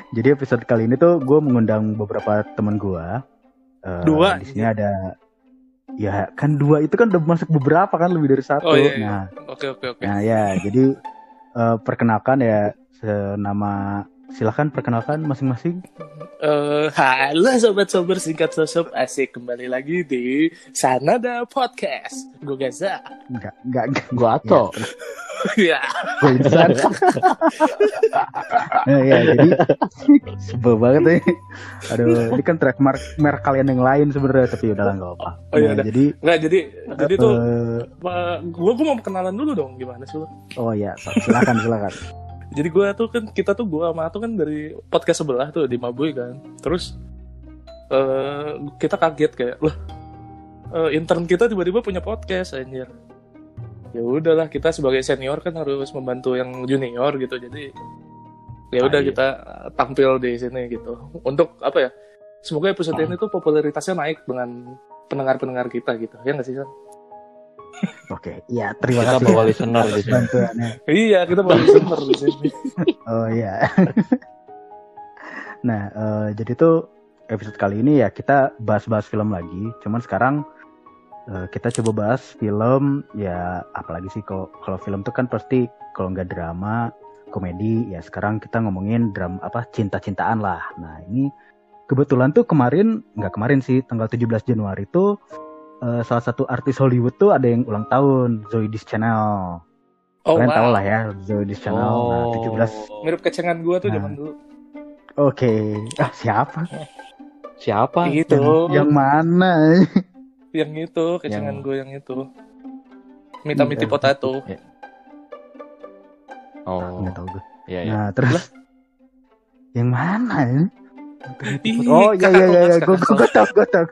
Jadi episode kali ini tuh gue mengundang beberapa teman gue. Dua. Di sini ada, ya kan dua itu kan udah masuk beberapa kan, lebih dari satu. Oh iya. Nah, Oke. nah ya, jadi perkenalkan ya, silahkan perkenalkan masing-masing. Halo sobat-sobat singkat sosok, asik kembali lagi di Sanada Podcast. Gue Gaza. Enggak. Gue Ato. Ya. Gue Insan. Nah, ya, jadi sebel banget nih. Aduh, ini kan trademark merek kalian yang lain sebenarnya, tapi udahlah nggak apa. Oh iya. Nah, jadi tuh gue mau kenalan dulu dong, gimana sih lo? Oh ya, silakan. Jadi kita tuh gue sama Ato kan dari podcast sebelah tuh di Mabui kan. Terus kita kaget kayak, loh, intern kita tiba-tiba punya podcast anjir. Ya udahlah, kita sebagai senior kan harus membantu yang junior gitu. Jadi ya udah kita tampil di sini gitu. Untuk apa ya? Semoga episode ini tuh popularitasnya naik dengan pendengar-pendengar kita gitu. Ya nggak sih, San? Oke, ya terima Kita kasih. bawa listener di sini. Bantuannya. Iya, kita bawa listener di sini. Oh iya. Nah, jadi tuh episode kali ini ya kita bahas-bahas film lagi. Cuman sekarang kita coba bahas film, ya apalagi sih kalau film tuh kan pasti kalau nggak drama, komedi, ya sekarang kita ngomongin drama cinta-cintaan lah. Nah, ini kebetulan tuh nggak kemarin sih, tanggal 17 Januari tuh salah satu artis Hollywood tuh ada yang ulang tahun, Zooey Deschanel. Kalian tahu lah ya, Zooey Deschanel. Nah, 17. Mirip kecengan gue tuh zaman dulu. Oke. Siapa? Itu. Yang mana? Yang itu, kecengan gue yang itu. Mita-miti potato. Ya. Oh. Nggak tahu gue. Iya. Nah, terus yang mana? Ih, Oh iya. Gue tahu.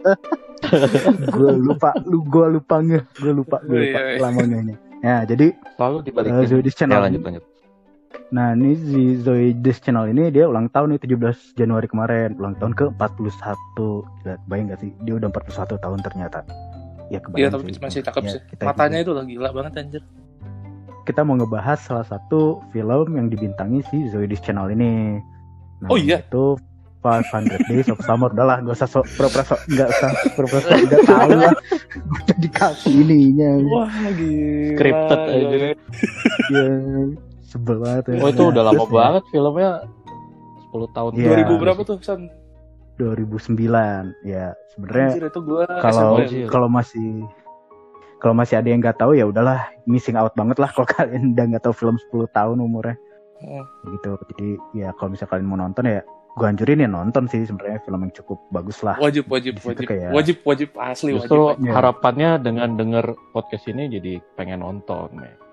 Gue lupa lamanya ini. Ya, jadi Selalu dibalikin. Zooey Deschanel. Ya, lanjut. Nah, ini si Zooey Deschanel ini dia ulang tahun nih 17 Januari kemarin, ulang tahun ke 41. Bayang gak sih? Dia udah 41 tahun ternyata. Ya kebayang. Iya, tapi masih cakep sih. Matanya itu lah gila banget anjir. Kita mau ngebahas salah satu film yang dibintangi si Zooey Deschanel ini. Nah, Oh iya. Itu 500 Days of Summer. Udahlah, gak usah pura-pura nggak tahu lah. Udah dikasih ininya. Wah, gila. Scripted aja. Ya, sebel banget ya. Oh, itu udah lama Terus, banget filmnya. 10 tahun. Iya. 2000 berapa tuh, San? 2009. Ya, sebenarnya Anjir, itu gua kalau masih ada yang nggak tahu ya udahlah, missing out banget lah kalau kalian udah nggak tahu film 10 tahun umurnya. Gitu. Jadi ya kalau misalnya kalian mau nonton ya gue anjurin ya nonton sih, sebenarnya film yang cukup bagus lah. Wajib kayak- wajib asli. Justru wajib. harapannya dengan denger podcast ini jadi pengen nonton.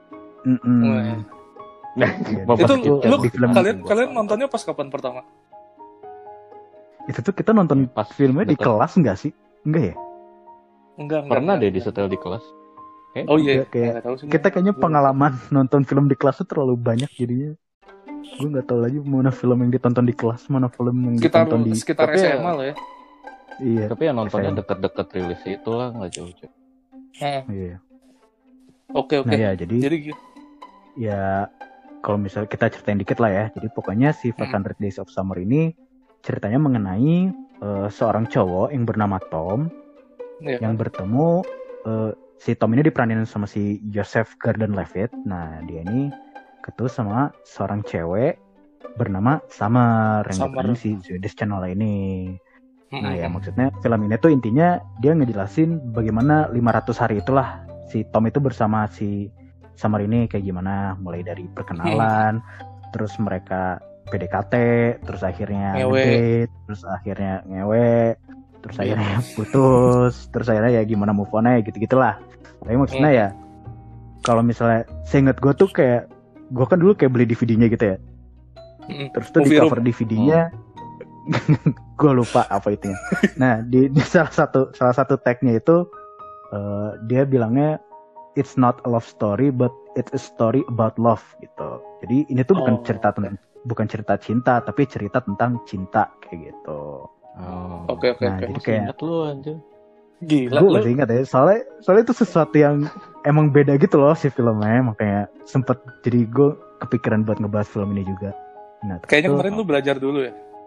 Ya, Itu lu di film kalian nontonnya pas kapan pertama? itu tuh kita nonton Pas filmnya di deket. kelas nggak sih? Enggak ya? Enggak. Pernah deh disetel di kelas. Oh iya, Kayak nggak tahu sih. kita kayaknya pengalaman nonton film di kelas tuh terlalu banyak jadinya. Gue nggak tahu lagi mana film yang ditonton di kelas, mana film yang ditonton di sekitar Tapi ya- SMA lah ya. Iya. Tapi ya nontonnya deket-deket rilis itu lah, nggak jauh-jauh. Iya. Oke. Nah ya, jadi ya kalau misalnya kita ceritain dikit lah ya. Jadi pokoknya si 500 Days of Summer ini ceritanya mengenai seorang cowok yang bernama Tom yang bertemu si Tom ini diperanin sama si Joseph Gordon-Levitt. Nah, dia ini ketemu sama seorang cewek bernama Summer yang diperanin si Zooey Deschanel ini. Nah, ya maksudnya film ini tuh intinya dia ngejelasin bagaimana 500 hari itulah si Tom itu bersama si Summer ini kayak gimana, mulai dari perkenalan, terus mereka PDKT, terus akhirnya ngedate, terus akhirnya ngewe, terus akhirnya putus, terus akhirnya ya gimana move on-nya gitu-gitulah. Tapi maksudnya ya kalau misalnya seinget gue tuh kayak gue kan dulu kayak beli DVD-nya gitu ya. Terus tuh di cover DVD-nya gue lupa apa itunya. Nah, di salah satu tag-nya itu dia bilangnya it's not a love story but it's a story about love gitu. Jadi ini tuh bukan cerita cinta tapi cerita tentang cinta kayak gitu. Oke. Jadi kayak Ingat lu anjir. Gila. Gue masih ingat ya. Soalnya itu sesuatu yang emang beda gitu loh si filmnya, makanya sempet jadi gue kepikiran buat ngebahas film ini juga. Nah, Kayaknya kemarin lu belajar dulu ya.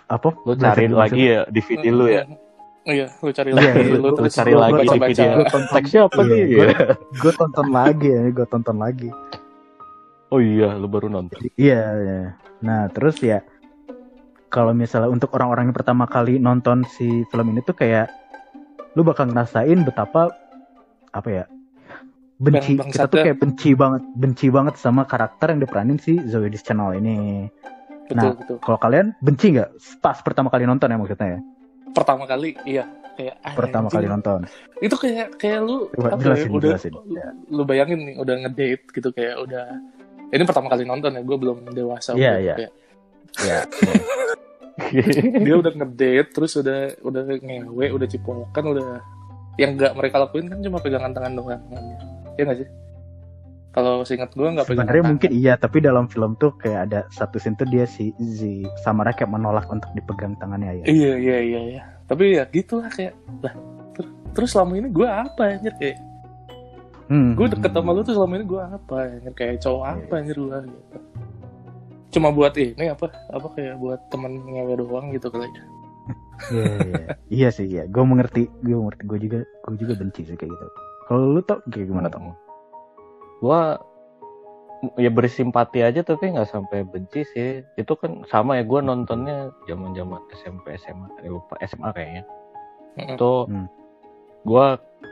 apa? Lu cari lagi ya DVD lu ya. Iya, lu cari Iya, lagi, iya, lu Lu cari lagi baca-baca. DVD. Teksnya apa Iya, nih? gue tonton lagi. Oh iya, lu baru nonton. Iya, iya. Nah terus ya, kalau misalnya untuk orang-orang yang pertama kali nonton si film ini tuh kayak lu bakal ngerasain betapa apa ya, benci, kita tuh kayak benci banget sama karakter yang diperanin si Zoe Deschanel ini. Nah, Betul. kalau kalian benci nggak pas pertama kali nonton ya maksudnya ya? Pertama kali, iya. Kayak Pertama kali nonton. Itu kayak lu Coba apa jelasin, ya, udah jelasin. lu bayangin nih udah ngedate gitu, kayak udah ini pertama kali nonton ya, gue belum dewasa. Iya, gitu, iya. kayak Ya. dia udah ngedate, terus udah ngewe, udah cipokan, udah yang nggak mereka lakuin kan cuma pegangan tangan doang. Ya nggak sih? Kalau seingat gue nggak pegangan Sebenarnya tangan. mungkin iya, tapi dalam film tuh kayak ada satu scene tuh dia si Samara kayak menolak untuk dipegang tangannya ya. Iya. Tapi ya gitu lah, kayak lah. Terus selama ini gue apa anjir, kayak gue deket sama lu tuh selama ini gue apa anjir, kayak cowok apa anjir gue gitu. Cuma buat ini apa kayak buat temen ngewe doang gitu kali ya. Iya sih, iya. Gue mengerti. Gue juga benci sih kayak gitu. Kalau lu tau kayak gimana tau? Gua ya bersimpati aja tapi nggak sampai benci sih. Itu kan sama ya, gue nontonnya zaman SMP SMA, lupa SMA kayaknya. Itu gue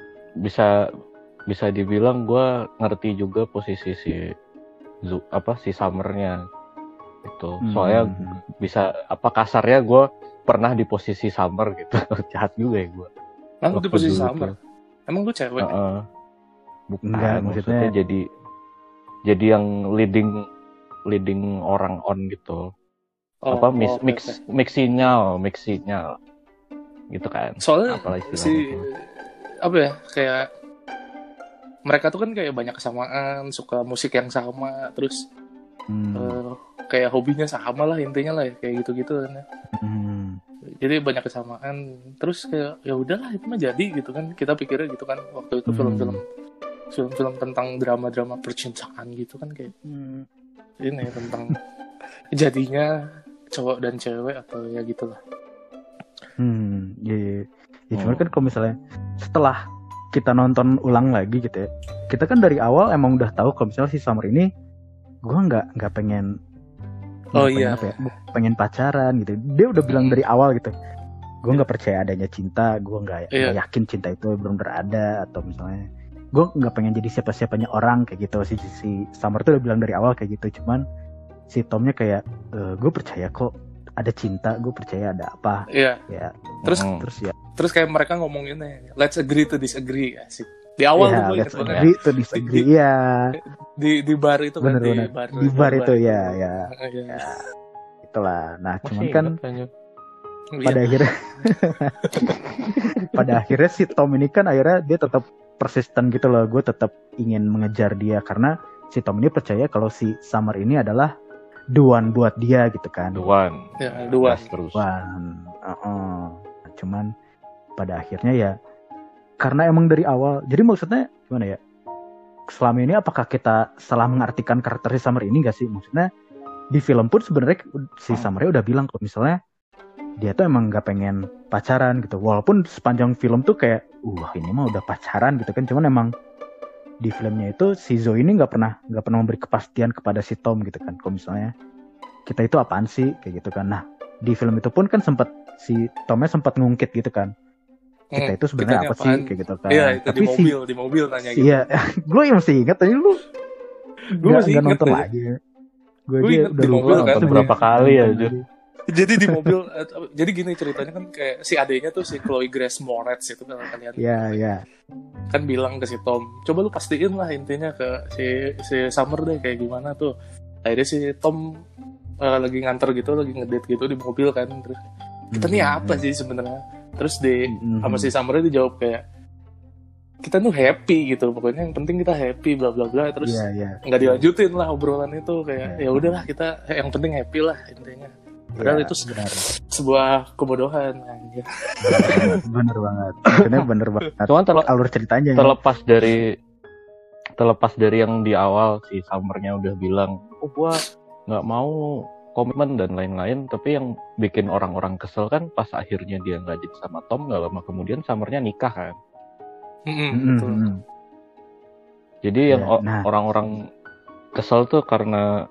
bisa dibilang gue ngerti juga posisi si Summernya itu. Soalnya bisa kasarnya gue pernah di posisi Summer gitu. Jahat juga ya gue. Lalu di posisi Summer. Emang gue cewek? Bukan, enggak, maksudnya jadi yang leading orang on gitu. Mix sinyal gitu kan. Soalnya si apa ya, kayak mereka tuh kan kayak banyak kesamaan, suka musik yang sama, terus kayak hobinya sama lah intinya lah ya, kayak gitu-gitu kan ya. Jadi banyak kesamaan, terus kayak ya udahlah itu mah jadi gitu kan, kita pikirnya gitu kan waktu itu. Film tentang drama percintaan gitu kan, kayak ini tentang jadinya cowok dan cewek atau ya gitulah. Iya. Ya cuman kan kalau misalnya setelah kita nonton ulang lagi gitu ya, kita kan dari awal emang udah tahu kalau misalnya si Summer ini gue nggak pengen pengen pacaran gitu. Dia udah bilang dari awal gitu, gue nggak percaya adanya cinta, gue nggak yakin cinta itu benar-benar ada, atau misalnya gue nggak pengen jadi siapa-siapanya orang kayak gitu. Si Summer tuh udah bilang dari awal kayak gitu. Cuman si Tomnya kayak gue percaya kok ada cinta, gue percaya ada apa. Iya. Ya. Terus kayak mereka ngomongin let's agree to disagree, asik. Di awal tuh gue ingat banget. Agree to disagree. Iya. Di bar itu kan. Di bar itu ya. Itulah. Nah, cuman kan pada akhirnya si Tom ini kan akhirnya dia tetap persisten gitu loh. Gue tetap ingin mengejar dia karena si Tom ini percaya kalau si Summer ini adalah duan buat dia gitu kan. Duan. Terus. Cuman pada akhirnya ya karena emang dari awal. Jadi maksudnya gimana ya? Selama ini apakah kita salah mengartikan karakter si Summer ini gak sih? Maksudnya di film pun sebenarnya si Summernya udah bilang kalau misalnya dia tuh emang gak pengen pacaran gitu. Walaupun sepanjang film tuh kayak ini mah udah pacaran gitu kan. Cuman emang di filmnya itu si Zoe ini gak pernah memberi kepastian kepada si Tom gitu kan. Kalau misalnya kita itu apaan sih kayak gitu kan. Nah di film itu pun kan si Tomnya sempat ngungkit gitu kan. Kita itu sebenarnya apa sih kayak gitu kan. Iya, itu tapi di mobil nanya gitu. Iya, gue masih ingat tadi lu. Gue masih ingat nonton lagi. Gue ingat di mobil kan berapa kali ya. Jadi di mobil, jadi gini ceritanya kan, kayak si adenya tuh si Chloe Grace Moretz itu kan kalian. Iya. Kan bilang ke si Tom, coba lu pastiin lah intinya ke si Summer deh kayak gimana tuh. Akhirnya si Tom lagi nganter gitu, lagi ngedate gitu di mobil kan. Terus kita nih apa sih sebenarnya? Terus sama si Summer dijawab kayak kita tuh happy gitu, pokoknya yang penting kita happy bla bla bla. Terus nggak dilanjutin lah obrolan itu, kayak ya udahlah kita yang penting happy lah intinya. Padahal itu sebuah kebodohan aja. Bener banget. Maksudnya bener banget. Cuman alur ceritanya terlepas dari yang di awal si Summernya udah bilang, gua nggak mau komitmen dan lain-lain. Tapi yang bikin orang-orang kesel kan pas akhirnya dia nggak jadi sama Tom, nggak lama kemudian Summernya nikah kan. Betul. Jadi yang orang-orang kesel tuh karena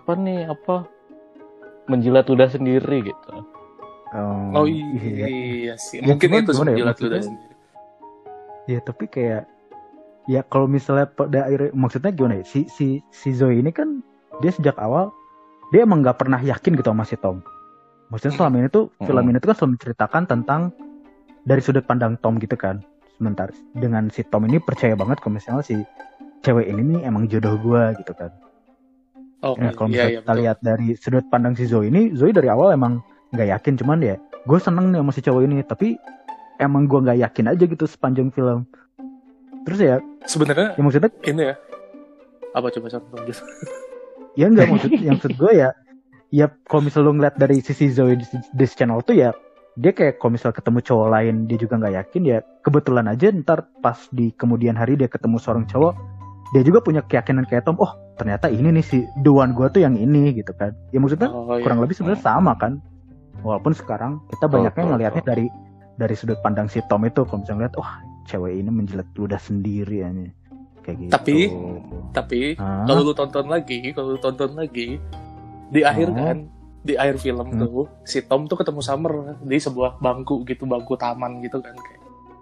menjilat ludah sendiri gitu. Oh iya sih. Mungkin itu menjilat ludah sendiri. Ya tapi kayak ya kalau misalnya pada akhirnya maksudnya gimana ya, si Zoe ini kan dia sejak awal dia emang nggak pernah yakin gitu sama si Tom. Maksudnya selama ini tuh film ini tuh kan selalu menceritakan tentang dari sudut pandang Tom gitu kan. Sementara dengan si Tom ini percaya banget kalau misalnya si cewek ini nih emang jodoh gue gitu kan. Nah, kalau misalnya kita lihat dari sudut pandang si Zoe ini, Zoe dari awal emang nggak yakin, cuman ya gue seneng nih sama si cowok ini, tapi emang gue nggak yakin aja gitu sepanjang film. Terus ya sebenarnya ya maksudnya ini ya apa coba contoh gitu. Ya enggak maksud gue ya kalau misalnya lo ngeliat dari sisi Zoe di channel tuh ya dia kayak kalau misalnya ketemu cowok lain dia juga nggak yakin, ya kebetulan aja ntar pas di kemudian hari dia ketemu seorang cowok dia juga punya keyakinan kayak Tom, oh ternyata ini nih si the one gue tuh yang ini gitu kan. Ya maksudnya kurang lebih sebenarnya sama kan, walaupun sekarang kita banyaknya ngelihatnya dari sudut pandang si Tom itu. Kalau misalnya ngeliat cewek ini menjilat ludah sendiri aja kayak gitu. Tapi kalau lu tonton lagi di akhir kan, di akhir film tuh si Tom tuh ketemu Summer di sebuah bangku gitu, bangku taman gitu kan kayak.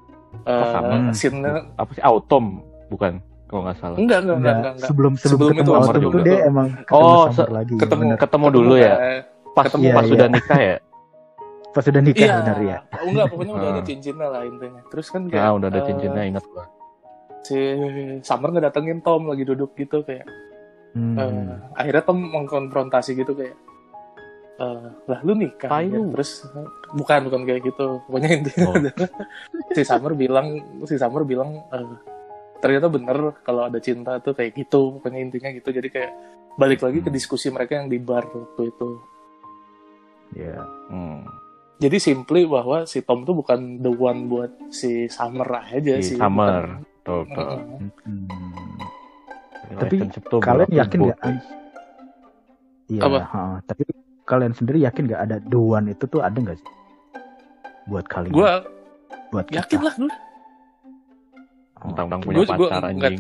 Scene-nya apa sih? Autumn bukan? Kalau nggak salah. Enggak. Sebelum ketemu Autumn itu dia emang ketemu Summer lagi. Ketemu dulu ya. Pas sudah nikah ya. Pas sudah nikah benar ya. Enggak, pokoknya udah ada cincinnya lah intinya. Terus kan kayak udah ada cincinnya, ingat gua. Si Summer ngedatengin Tom lagi duduk gitu kayak. Akhirnya Tom mengkonfrontasi gitu kayak lah lu nikah ya? Terus bukan kayak gitu. Pokoknya intinya si Summer bilang ternyata bener kalau ada cinta tuh kayak gitu. Pokoknya intinya gitu. Jadi kayak balik lagi ke diskusi mereka yang di bar waktu itu. Iya. Jadi simply bahwa si Tom tuh bukan the one buat si Summer aja sih. Summer. Betul. Tapi kalian yakin nggak? Iya. Tapi kalian sendiri yakin nggak ada the one itu tuh ada nggak sih? Buat kalian? Buat yakin lah gue. Tentang punya pacar anjing.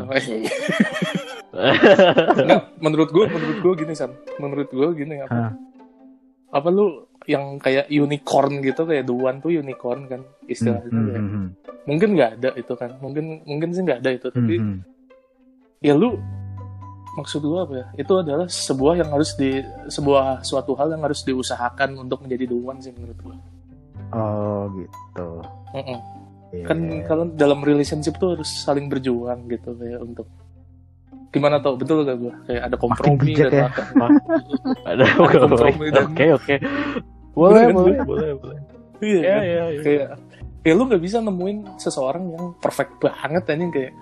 Menurut gue gini San. Menurut gue gini apa lu yang kayak unicorn gitu, kayak the one tuh unicorn kan istilahnya. Mungkin nggak ada itu kan. Mungkin sih nggak ada itu. Tapi ya lu maksud gue apa ya? Itu adalah suatu hal yang harus diusahakan untuk menjadi the one sih menurut gue. Oh gitu. Kan kalau dalam relationship tuh harus saling berjuang gitu kayak untuk gimana tau, betul gak gue? Kayak ada kompromi dan ada kompromi dan oke. Boleh. Iya. Kayak lu nggak bisa nemuin seseorang yang perfect banget anjing kayak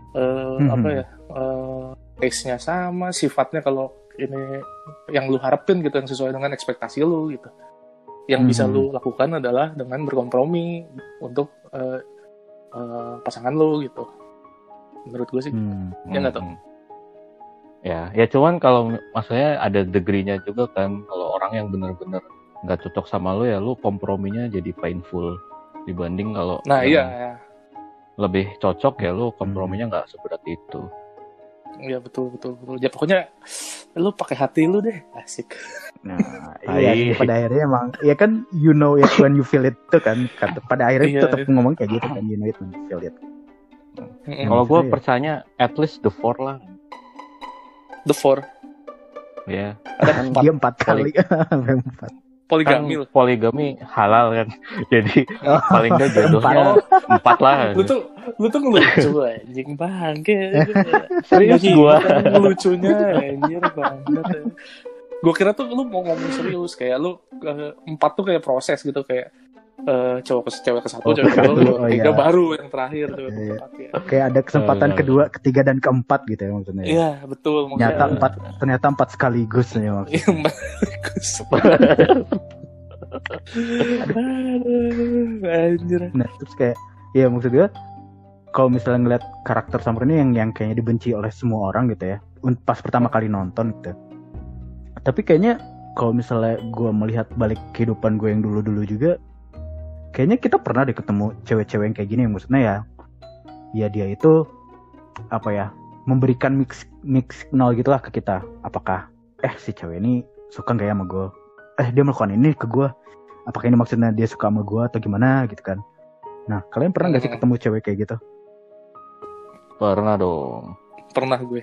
taste-nya sama, sifatnya kalau ini yang lu harapin gitu, yang sesuai dengan ekspektasi lu gitu. Yang bisa lu lakukan adalah dengan berkompromi untuk pasangan lu gitu. Menurut gue sih, ya nggak tau. Ya cuman kalau maksudnya ada degree-nya juga kan. Kalau orang yang benar-benar nggak cocok sama lu ya lu komprominya jadi painful dibanding kalau iya. Lebih cocok ya lu komprominya nggak seberat itu. Iya betul. Ya pokoknya lu pakai hati lu deh, asik. Nah, iya pada akhirnya emang ya kan you know it when you feel it tuh kan. Pada akhirnya tetap ngomong kayak gitu kan, you know it when you feel it. Kalau gue percaya at least the 4 lah. The 4. Ya. Ada 4. Dia 4 kali. 4. Poligami halal kan. Jadi paling enggak jodohnya 4 lah. Lu tuh ngelucu anjing bangke. Serius gua. Lucunya anjir banget. Gua kira tuh lu mau ngomong serius kayak lu 4 tuh kayak proses gitu kayak cewek ke satu, cewek ke dua, ketiga baru yang terakhir tuh. Iya. Kayak ada kesempatan kedua, ketiga dan keempat gitu ya maksudnya. Iya betul. Ternyata 4 sekaligus ya maksudnya. Anjir. Nah terus kayak ya maksud gue kalau misalnya ngeliat karakter Summer ini yang kayaknya dibenci oleh semua orang gitu ya pas pertama kali nonton gitu. Tapi kayaknya kalau misalnya gue melihat balik kehidupan gue yang dulu-dulu juga, kayaknya kita pernah deh ketemu cewek-cewek yang kayak gini. Maksudnya ya dia itu apa ya, memberikan mix signal gitulah ke kita. Apakah si cewek ini suka nggak ya sama gue? Dia melakukan ini ke gue. Apakah ini maksudnya dia suka sama gue atau gimana gitu kan? Nah, kalian pernah nggak sih ketemu cewek kayak gitu? Pernah dong. Pernah gue.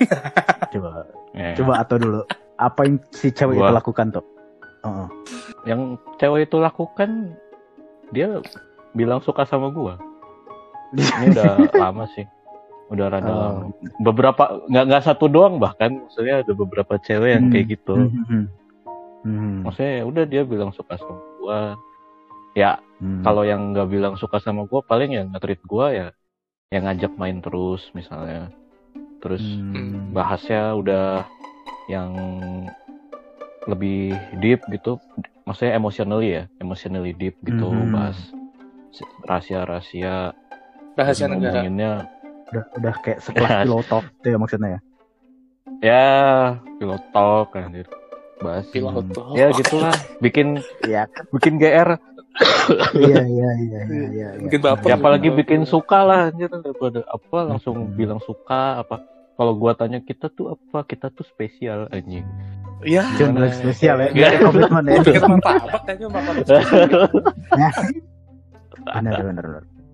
Coba atau dulu. Apa yang si cewek itu lakukan tuh? Yang cewek itu lakukan, dia bilang suka sama gua. Ini udah lama sih. Udah rada beberapa, nggak satu doang bahkan. Maksudnya ada beberapa cewek yang kayak gitu. Maksudnya udah dia bilang suka sama gua. Ya kalau yang nggak bilang suka sama gua, paling yang nge-treat gua ya yang ngajak main terus misalnya. Terus bahasnya udah yang lebih deep gitu, maksudnya emotionally deep gitu, bahas rahasia negara. Udah kayak sekelas pillow talk itu ya maksudnya ya? Ya pillow talk anjir, bahas pillow talk. Ya gitulah, bikin GR. Iya. Bikin baper. Ya, apalagi bikin suka lah anjir, daripada apa langsung bilang suka apa. Kalau gua tanya kita tuh apa? Kita tuh spesial anjing. Iya. Jangan spesial ya. Enggak ada komitmen ya. Kita apa kayaknya bakal. Benar.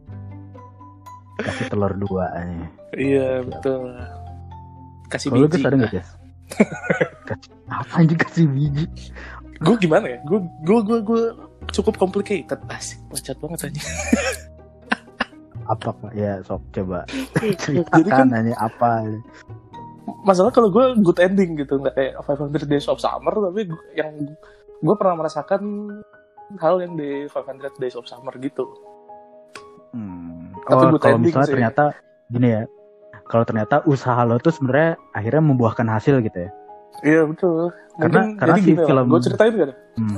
Kasih telur 2 aja. Iya, betul. Kasih biji. Kalau biji. lu ada enggak, Jas? Apa anjing kasih biji? Gue gimana ya? Gue cukup complicated. Asik, bacot banget aja. Apa ya, sok coba ceritakan nanya apa. Masalah kalau gue good ending gitu, nggak kayak 500 Days of Summer, tapi yang gue pernah merasakan hal yang di 500 Days of Summer gitu. Tapi good kalau ending misalnya sih. Ternyata gini ya, kalau ternyata usaha lo tuh sebenarnya akhirnya membuahkan hasil gitu ya. Iya betul. Karena si film gue ceritain gak ada?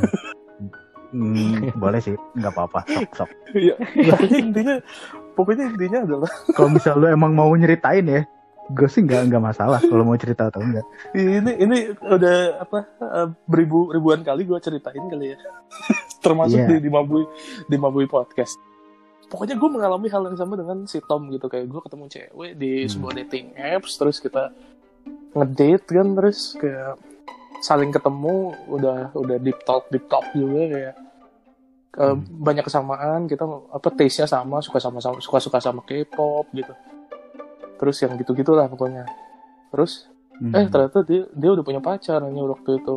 Boleh sih, nggak apa-apa, sok. Iya. Pokoknya intinya adalah kalau misal lu emang mau nyeritain ya, gue sih nggak masalah kalau mau cerita atau enggak. Ini udah ribuan kali gue ceritain kali ya, termasuk di Mabui podcast. Pokoknya gue mengalami hal yang sama dengan si Tom gitu, kayak gue ketemu cewek di sebuah dating apps, terus kita ngedate kan, terus kayak saling ketemu, udah deep talk juga kayak. Banyak kesamaan, kita taste-nya sama, suka sama K-pop gitu. Terus yang gitu-gitulah pokoknya. Terus ternyata dia udah punya pacar hanya waktu itu.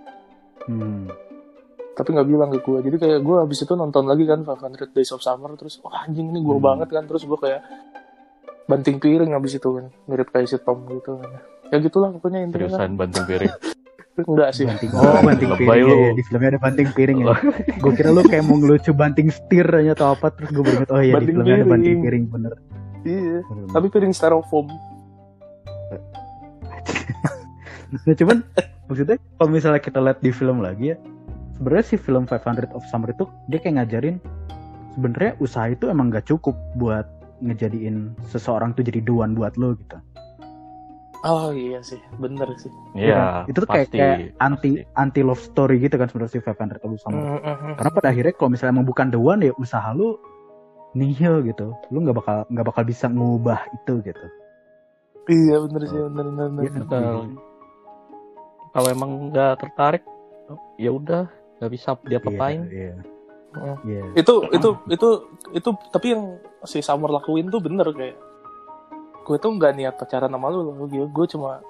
Tapi nggak bilang ke gue. Jadi kayak gue habis itu nonton lagi kan 500 Days of Summer, terus anjing ini gue banget kan, terus gue kayak banting piring habis itu kan, mirip kayak si Tom gitu kan. Ya gitulah pokoknya intinya. Seriusan banting piring. Enggak sih. Banting piring ya. Di filmnya ada banting piring ya. Gue kira lu kayak mau ngelucu banting setir aja atau apa, terus gue beringat di filmnya ada banting piring bener. Iya. Tapi piring styrofoam. Nah cuman maksudnya kalau misalnya kita lihat di film lagi ya, sebenarnya si film 500 of Summer itu dia kayak ngajarin sebenarnya usaha itu emang gak cukup buat ngejadiin seseorang tuh jadi the one buat lo gitu. Oh iya sih, bener sih. Iya. Itu tuh kayak anti love story gitu kan sebenarnya si 500 of Summer. Karena pada akhirnya kalau misalnya emang bukan the one ya usaha lu nihil gitu. Lu nggak bakal bisa ngubah itu gitu. Iya bener sih, bener. Kalau emang nggak tertarik, ya udah nggak bisa dia apain. Iya. Itu tapi yang si Summer lakuin tuh bener kayak. Gue tuh nggak niat pacaran sama lu, gue cuma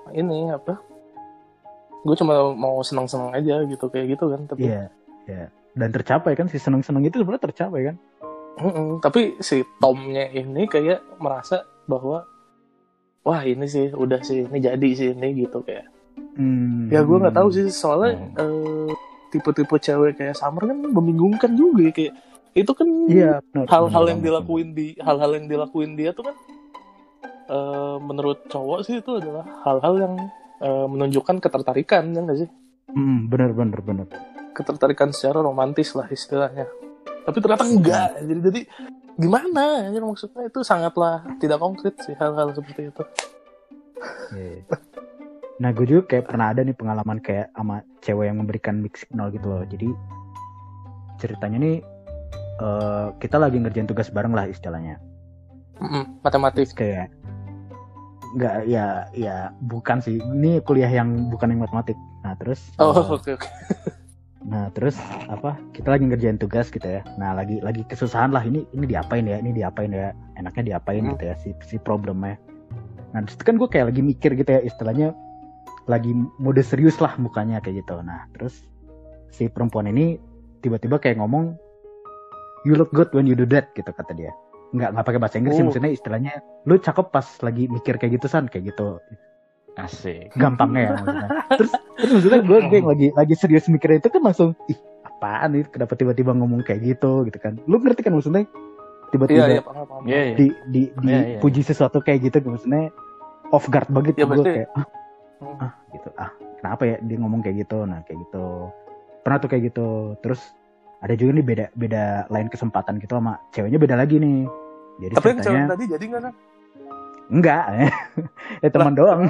gue cuma mau senang-senang aja gitu kayak gitu kan. Tapi dan tercapai kan, si senang-senang itu sebenarnya tercapai kan. Tapi si Tomnya ini kayak merasa bahwa wah ini sih udah sih, ini jadi sih ini gitu kayak. Ya gue nggak tahu sih soalnya tipe-tipe cewek kayak Summer kan membingungkan juga kayak itu kan hal-hal yang dilakuin dia tuh kan menurut cowok sih itu adalah hal-hal yang menunjukkan ketertarikan, ya nggak sih? Bener. Ketertarikan secara romantis lah istilahnya. Tapi ternyata enggak. Jadi gimana? Ya, maksudnya itu sangatlah tidak konkret sih hal-hal seperti itu. Nah gue juga kayak pernah ada nih pengalaman kayak sama cewek yang memberikan mixed signal gitu loh. Jadi ceritanya nih kita lagi ngerjain tugas bareng lah istilahnya. Matematis kayak nggak ya bukan sih, ini kuliah yang bukan yang matematik. Nah terus oke. Nah terus kita lagi ngerjain tugas gitu ya. Nah lagi kesusahan lah, ini diapain ya, enaknya diapain gitu ya si problemnya. Nah terus kan gue kayak lagi mikir gitu ya, istilahnya lagi mode serius lah mukanya kayak gitu. Nah terus si perempuan ini tiba-tiba kayak ngomong, "You look good when you do that," gitu kata dia. Nggak pakai bahasa Inggris sih, maksudnya istilahnya lu cakep pas lagi mikir kayak gitu San, kayak gitu. Asik. Gampangnya ya maksudnya. Terus maksudnya gue yang lagi serius mikirnya itu kan langsung, ih apaan nih, kenapa tiba-tiba ngomong kayak gitu kan. Lu ngerti kan maksudnya? Tiba-tiba paham. dipuji sesuatu kayak gitu, maksudnya off guard banget gue kayak gitu. Kenapa ya dia ngomong kayak gitu. Nah kayak gitu pernah tuh kayak gitu. Terus ada juga nih beda lain kesempatan gitu sama ceweknya, beda lagi nih. Jadi tapi yang cewek tadi jadi nggak kan? Enggak. Ya teman doang.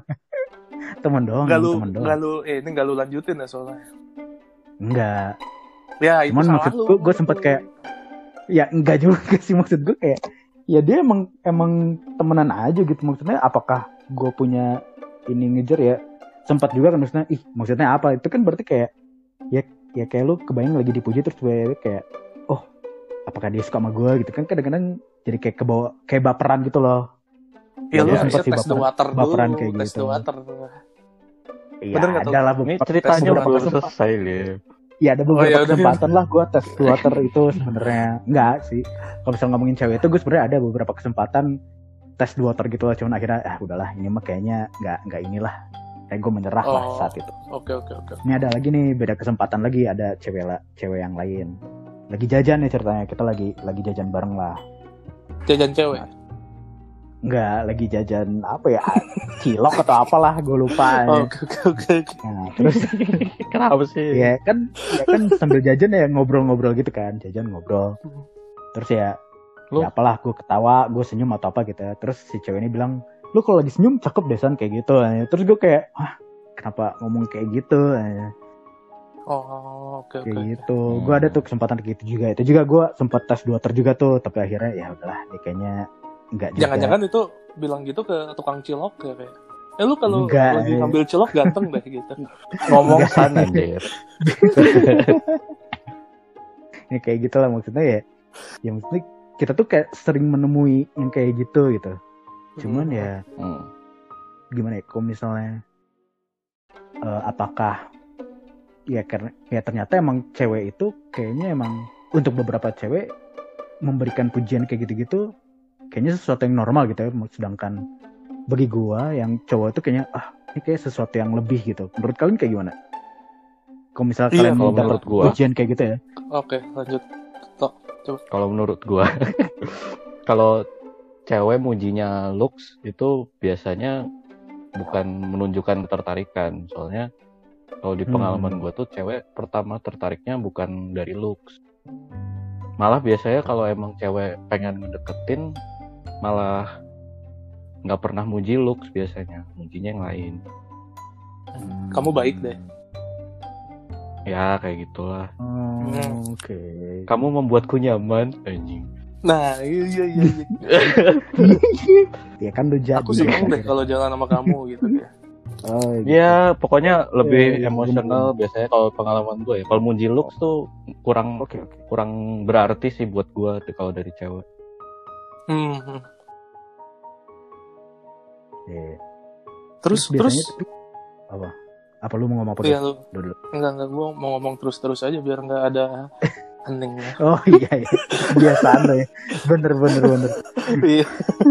Teman doang. Nggak lu lanjutin ya soalnya. Enggak. Ya itu cuman salah maksud lu. Gue sempet kayak, ya enggak juga sih, maksud gue kayak, ya dia emang temenan aja gitu. Maksudnya apakah gue punya ini ngejar ya? Sempat juga kan maksudnya apa? Itu kan berarti kayak ya kayak lu kebayang lagi dipuji terus gue kayak, oh apakah dia suka sama gue gitu kan. Kadang-kadang jadi kayak kebawa, kayak baperan gitu loh. Ya lu sempet sih baperan kayak gitu. Tes the water. Iya ada lah. Ini ceritanya belum selesai ya. Ya ada beberapa kesempatan lah gue tes the water itu sebenarnya. Enggak sih, kalau misalnya ngomongin cewek itu gue sebenarnya ada beberapa kesempatan tes the water gitu lah. Cuman akhirnya udahlah, ini mah kayaknya nggak inilah. Kayak gue menyerah lah saat itu. Oke. Ini ada lagi nih, beda kesempatan lagi, ada cewek yang lain. Lagi jajan nih ceritanya, kita lagi jajan bareng lah. Jajan cewek? Enggak, lagi jajan apa ya? Cilok atau apalah, gue lupa. Oke. Nah, terus kenapa sih? Ya kan sambil jajan ya ngobrol-ngobrol gitu kan, jajan ngobrol. Terus ya apalah, gue ketawa, gue senyum atau apa gitu ya. Terus si cewek ini bilang, "Lu kalau lagi senyum cakep deh San," kayak gitu. Terus gue kayak, kenapa ngomong kayak gitu? Oke. Kayak gitu. Gue ada tuh kesempatan kayak gitu juga. Itu juga gue sempat tes 2 juga tuh, tapi akhirnya ya udahlah, dia kayaknya enggak juga. Jangan-jangan itu bilang gitu ke tukang cilok ya kayak, lu kalau lagi ngambil cilok ganteng deh gitu. Ngomong San anjir. Ya kayak gitu lah maksudnya ya maksudnya kita tuh kayak sering menemui yang kayak gitu. Cuman ya gimana ya, kalau misalnya apakah ya karena ya ternyata emang cewek itu kayaknya emang untuk beberapa cewek memberikan pujian kayak gitu-gitu kayaknya sesuatu yang normal gitu ya. Sedangkan bagi gua yang cowok itu kayaknya ini kayak sesuatu yang lebih gitu. Menurut kalian kayak gimana? Kalau misalnya kalian dapat pujian kayak gitu ya. Oke, lanjut. Coba. Kalau menurut gua kalau cewek mujinya looks itu biasanya bukan menunjukkan ketertarikan. Soalnya kalau di pengalaman gue tuh cewek pertama tertariknya bukan dari looks. Malah biasanya kalau emang cewek pengen ngedeketin malah nggak pernah muji looks, biasanya mujinya yang lain. Kamu baik deh. Ya kayak gitulah. Oke. Kamu membuatku nyaman, anjing. Nah, iya. Ya kan lu jadi. Aku seneng deh kalau jalan sama kamu gitu ya. Gitu. Ya pokoknya lebih emosional biasanya kalau pengalaman gue ya. Kalau muji looks tuh kurang berarti sih buat gue kalau dari cewek. Terus apa lu mau ngomong apa? Iya lu. Enggak, gue mau ngomong terus aja biar nggak ada endingnya. Oh iya. Biasaan lo ya. Bener. Iya.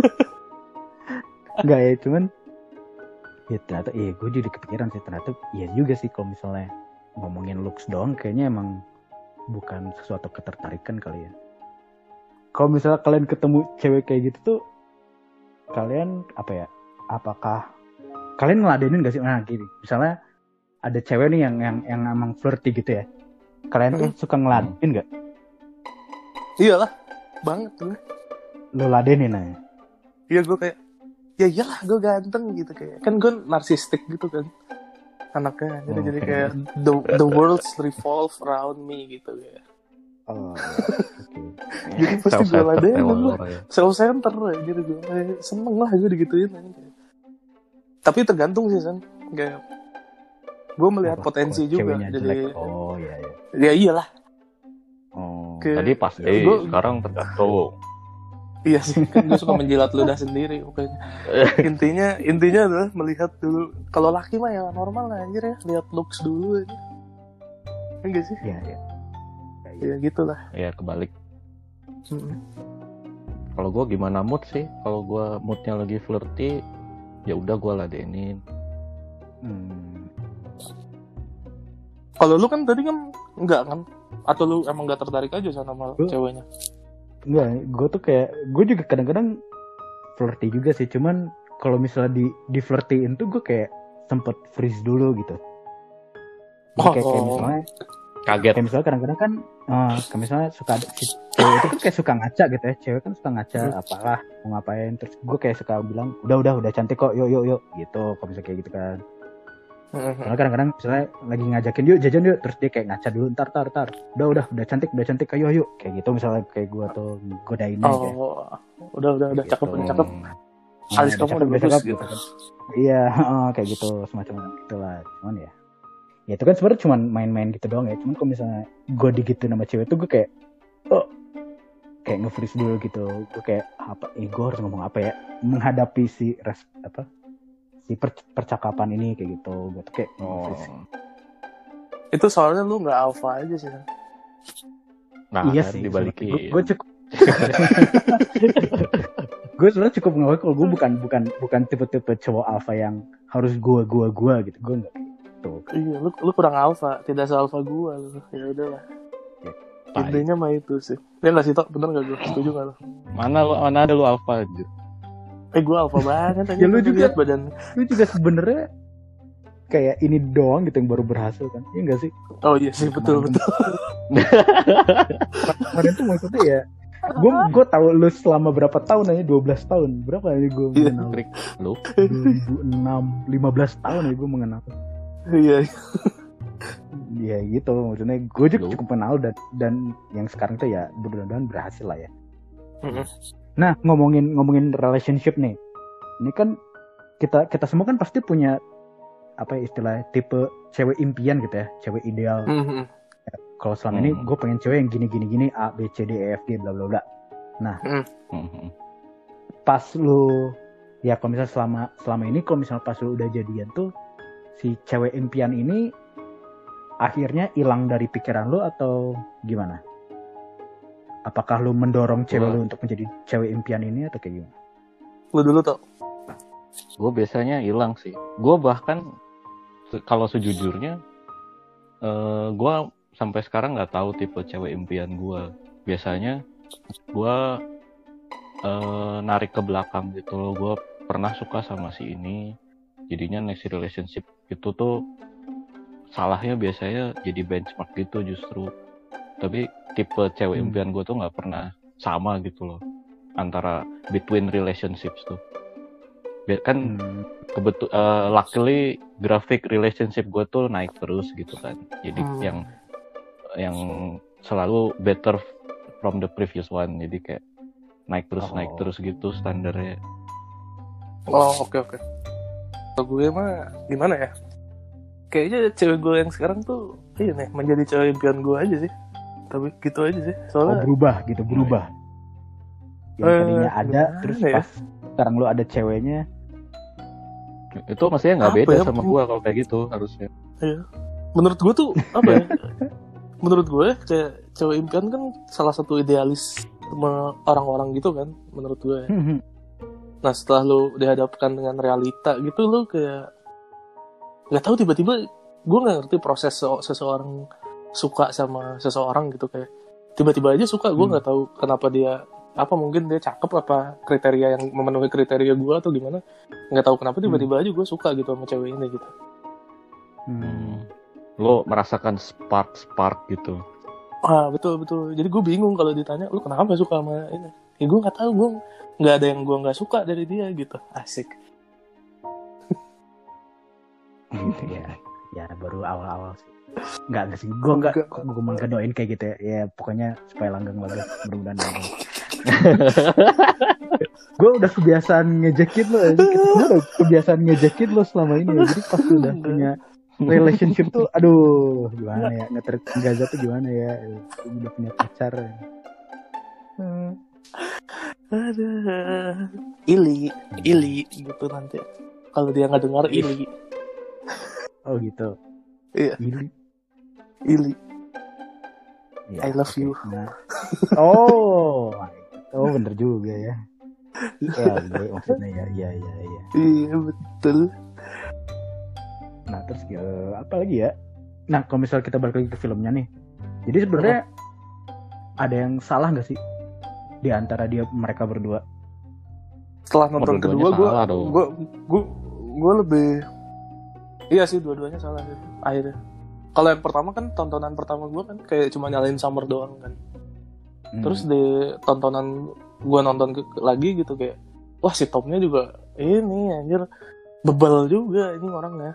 Enggak ya, cuman ya ternyata gue jadi kepikiran sih, ternyata iya juga sih kalau misalnya ngomongin looks doang kayaknya emang bukan sesuatu ketertarikan kali ya. Kalau misalnya kalian ketemu cewek kayak gitu tuh, kalian apakah kalian ngeladenin gak sih? Nah gini, misalnya ada cewek nih yang emang flirty gitu ya, kalian tuh suka ngeladenin gak? Iyalah, banget gue. Lo ladenin aja? Iya, gue kayak ya iyalah gue ganteng gitu, kayak kan gue narsistik gitu kan anaknya, jadi kayak the world revolve around me gitu ya. Jadi pasti gue ladenin lah, self center gitu gue, seneng lah gue digituin. Tapi tergantung sih San, kayak gue melihat potensi juga, jadi ya iyalah. Tadi pasti, sekarang tergantung. Iya sih, kan gue suka menjilat ludah sendiri pokoknya. Intinya adalah melihat dulu. Kalau laki mah ya normal lah anjir ya, lihat looks dulu aja. Enggak sih? Iya. Ya gitulah. Ya kebalik. Kalau gue gimana mood sih? Kalau gue moodnya lagi flirty, ya udah gue ladenin. Kalau lu kan tadi kan enggak kan? Atau lu emang enggak tertarik aja sama ceweknya? Enggak, gue tuh kayak, gue juga kadang-kadang flirty juga sih, cuman kalau misalnya di flirtyin tuh gue kayak sempet freeze dulu gitu. Kayak misalnya kaget. Kayak misalnya kadang-kadang kan, kayak misalnya suka ada si cewek itu kan kayak suka ngaca gitu ya, cewek kan suka ngaca apalah mau ngapain, terus gue kayak suka bilang udah cantik kok, yuk gitu, kalau misalnya kayak gitu kan. Soalnya kadang-kadang misalnya lagi ngajakin yuk jajan yuk, terus dia kayak ngaca dulu, ntar udah cantik ayo kayak gitu, misalnya kayak gue tuh godainnya kayak udah cakep alis kamu udah bagus gitu kan. Iya, kayak gitu semacam gitulah. Cuman ya itu kan sebenarnya cuma main-main gitu doang ya. Cuman kalau misalnya gue digituin sama cewek tuh gue kayak kayak nge-freeze dulu gitu. Gue kayak gue harus ngomong apa ya menghadapi si percakapan ini kayak gitu. Gue tuh kayak itu soalnya lu nggak alpha aja sih kan? Nah, iya sih dibalikin. Gue cukup gue sebenarnya cukup ngawal kalau gue bukan tipe-tipe cowok alpha yang harus gue gitu. Gue nggak gitu. Iya, lu kurang alpha, tidak se-alpha gue lu. Ya udahlah. Intinya mah itu sih. Ya nggak sih Tok, bener nggak gue? Setuju nggak lu? Mana ada lu alpha aja? Gue alpha banget aja. Ya lu juga badan. Lu juga sebenarnya kayak ini doang gitu yang baru berhasil kan? Iya nggak sih? Oh iya sih, betul. Kemarin tuh maksudnya ya, gue tahu lu selama berapa tahun aja, 12 tahun. Berapa aja gue mengenal lu? 2006, 15 tahun ya gue mengenal. Iya. Ya gitu, maksudnya gue juga cukup kenal dan yang sekarang tuh ya mudah-mudahan berhasil lah ya. Nah, ngomongin relationship nih. Ini kan kita semua kan pasti punya apa ya istilahnya, tipe cewek impian gitu ya, cewek ideal. Kalau selama ini gue pengen cewek yang gini A B C D E F G bla bla bla. Nah, pas lu ya kalau misalnya selama ini kalau misalnya pas lu udah jadian tuh si cewek impian ini akhirnya hilang dari pikiran lu atau gimana? Apakah lu mendorong cewek lu untuk menjadi cewek impian ini atau kayak gimana? Lu dulu Tok. Gue biasanya hilang sih. Gue bahkan kalau sejujurnya gue sampai sekarang nggak tahu tipe cewek impian gue. Biasanya gue narik ke belakang gitu loh. Gue pernah suka sama si ini, jadinya next relationship itu tuh salahnya biasanya jadi benchmark gitu justru. Tapi tipe cewek impian gue tuh nggak pernah sama gitu loh antara between relationships tuh. Kan luckily graphic relationship gue tuh naik terus gitu kan. Jadi yang selalu better from the previous one. Jadi kayak naik terus gitu standarnya. Oke. Kalau gue mah gimana ya? Kayaknya cewek gue yang sekarang tuh ini menjadi cewek impian gue aja sih. Tapi gitu aja sih. Soalnya berubah. Yang tadinya ada terus pas sekarang lu ada ceweknya. Itu maksudnya nggak beda sama gue kalau kayak gitu harusnya. Iya. Menurut gue tuh apa ya? Menurut gue kayak cewek impian kan salah satu idealis orang-orang gitu kan. Menurut gue. Nah setelah lu dihadapkan dengan realita gitu, lu kayak nggak tahu tiba-tiba gue nggak ngerti proses seseorang suka sama seseorang gitu, kayak tiba-tiba aja suka. Gue nggak tahu kenapa dia, apa mungkin dia cakep, apa kriteria yang memenuhi kriteria gue atau gimana, nggak tahu kenapa tiba-tiba aja gue suka gitu sama cewek ini gitu. Lo merasakan spark gitu. Betul. Jadi gue bingung kalau ditanya lu kenapa suka sama ini. Ya gue nggak tahu, gue nggak ada yang gue nggak suka dari dia gitu. Asik. Gitu ya. Ya baru awal-awal sih. Enggak sih. Gue nggak doain kayak gitu ya. Ya pokoknya supaya langgeng lagi, mudah-mudahan langgeng. Gue udah kebiasaan ngejekin lo, ngejekin lo selama ini. Jadi pas udah punya relationship tuh, aduh gimana ya, nge-treat Gaza tuh gimana ya, udah punya pacar. Aduh, Ili gitu nanti. Kalau dia nggak dengar Ili. Oh gitu. Iya. Ili. Ya, I love you. Nah. Oh bener juga ya. Iya, maksudnya ya. Iya betul. Nah terus apa lagi ya? Nah kalau misal kita balik lagi ke filmnya nih, jadi sebenarnya ada yang salah nggak sih di antara mereka berdua? Setelah nonton kedua gue lebih, iya sih dua-duanya salah sih akhirnya. Kalau yang pertama kan tontonan pertama gue kan kayak cuma nyalain Summer doang kan. Terus di tontonan gue nonton lagi gitu kayak, wah si Tomnya juga ini anjir bebal juga ini orangnya.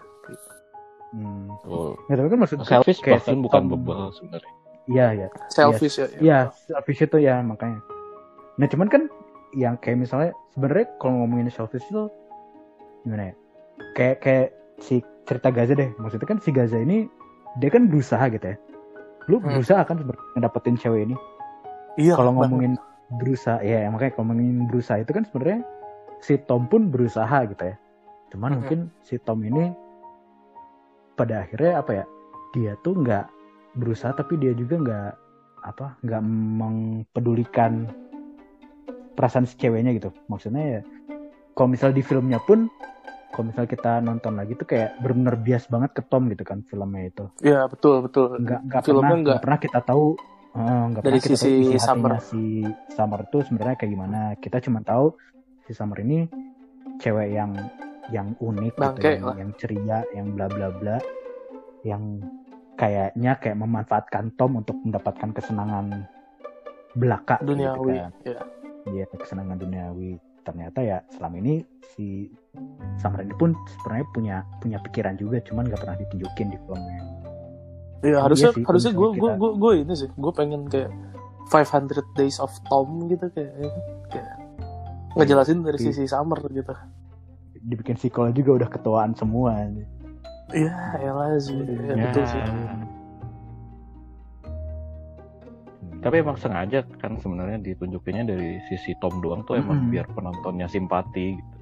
Ya, tapi kan maksudnya selfish kayak bahkan bukan bebal sebenarnya. Iya. Selfish ya. Iya, selfish itu ya makanya. Nah cuman kan yang kayak misalnya sebenarnya kalau ngomongin selfish itu gimana ya? Kayak si cerita Gaza deh. Maksudnya kan si Gaza ini dia kan berusaha gitu ya. Lu berusaha kan ngedapetin cewek ini. Iya. Kalau ngomongin berusaha ya makanya kalau ngomongin berusaha itu kan sebenarnya si Tom pun berusaha gitu ya. Cuman mungkin si Tom ini pada akhirnya apa ya, dia tuh nggak berusaha tapi dia juga nggak mempedulikan perasaan si ceweknya gitu. Maksudnya ya kalau misal di filmnya pun, kalau misal kita nonton lagi tuh kayak benar-benar bias banget ke Tom gitu kan filmnya itu. Iya betul. Nggak pernah kita tahu dari sisi Summer. Si Summer tuh sebenarnya kayak gimana. Kita cuma tahu si Summer ini cewek yang unik gitu, yang ceria, yang bla bla bla, yang kayaknya kayak memanfaatkan Tom untuk mendapatkan kesenangan belaka duniawi gitu kan. Dia kesenangan duniawi. Ternyata ya selama ini si Summer ini pun sebenarnya punya pikiran juga, cuman nggak pernah ditunjukin di filmnya. Iya harusnya gue ini sih, gue pengen kayak 500 Days of Tom gitu kayak ngejelasin dari sisi Summer gitu. Dibikin sequel juga udah ketuaan semua. Iya, elah sih. Ya, betul sih. Tapi emang sengaja kan sebenarnya ditunjukinnya dari sisi Tom doang tuh emang biar penontonnya simpati gitu.